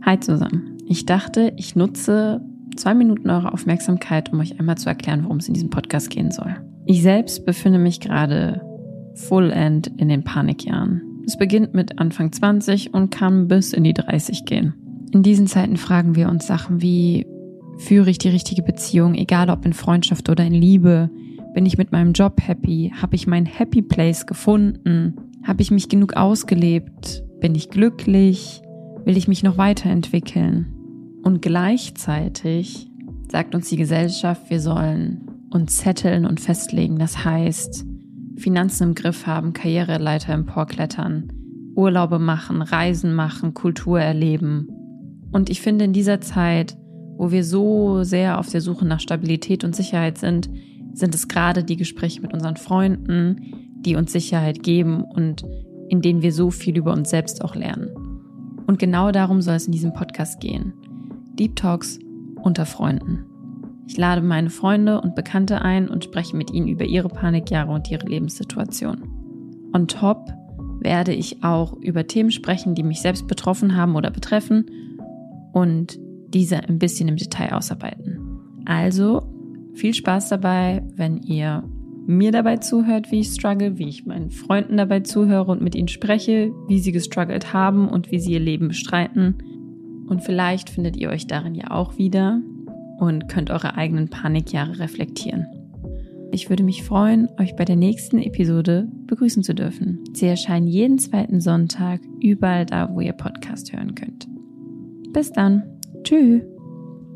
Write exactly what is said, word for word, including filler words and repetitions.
Hi zusammen. Ich dachte, ich nutze zwei Minuten eure Aufmerksamkeit, um euch einmal zu erklären, worum es in diesem Podcast gehen soll. Ich selbst befinde mich gerade full end in den Panikjahren. Es beginnt mit Anfang zwanzig und kann bis in die dreißig gehen. In diesen Zeiten fragen wir uns Sachen wie, führe ich die richtige Beziehung, egal ob in Freundschaft oder in Liebe? Bin ich mit meinem Job happy? Habe ich mein Happy Place gefunden? Habe ich mich genug ausgelebt? Bin ich glücklich? Will ich mich noch weiterentwickeln? Und gleichzeitig sagt uns die Gesellschaft, wir sollen uns zetteln und festlegen. Das heißt, Finanzen im Griff haben, Karriereleiter emporklettern, Urlaube machen, Reisen machen, Kultur erleben. Und ich finde, in dieser Zeit, wo wir so sehr auf der Suche nach Stabilität und Sicherheit sind, sind es gerade die Gespräche mit unseren Freunden, die uns Sicherheit geben und in denen wir so viel über uns selbst auch lernen. Und genau darum soll es in diesem Podcast gehen. Deep Talks unter Freunden. Ich lade meine Freunde und Bekannte ein und spreche mit ihnen über ihre Panikjahre und ihre Lebenssituation. On top werde ich auch über Themen sprechen, die mich selbst betroffen haben oder betreffen und diese ein bisschen im Detail ausarbeiten. Also viel Spaß dabei, wenn ihr mir dabei zuhört, wie ich struggle, wie ich meinen Freunden dabei zuhöre und mit ihnen spreche, wie sie gestruggelt haben und wie sie ihr Leben bestreiten. Und vielleicht findet ihr euch darin ja auch wieder und könnt eure eigenen Panikjahre reflektieren. Ich würde mich freuen, euch bei der nächsten Episode begrüßen zu dürfen. Sie erscheinen jeden zweiten Sonntag überall da, wo ihr Podcast hören könnt. Bis dann. Tschüss.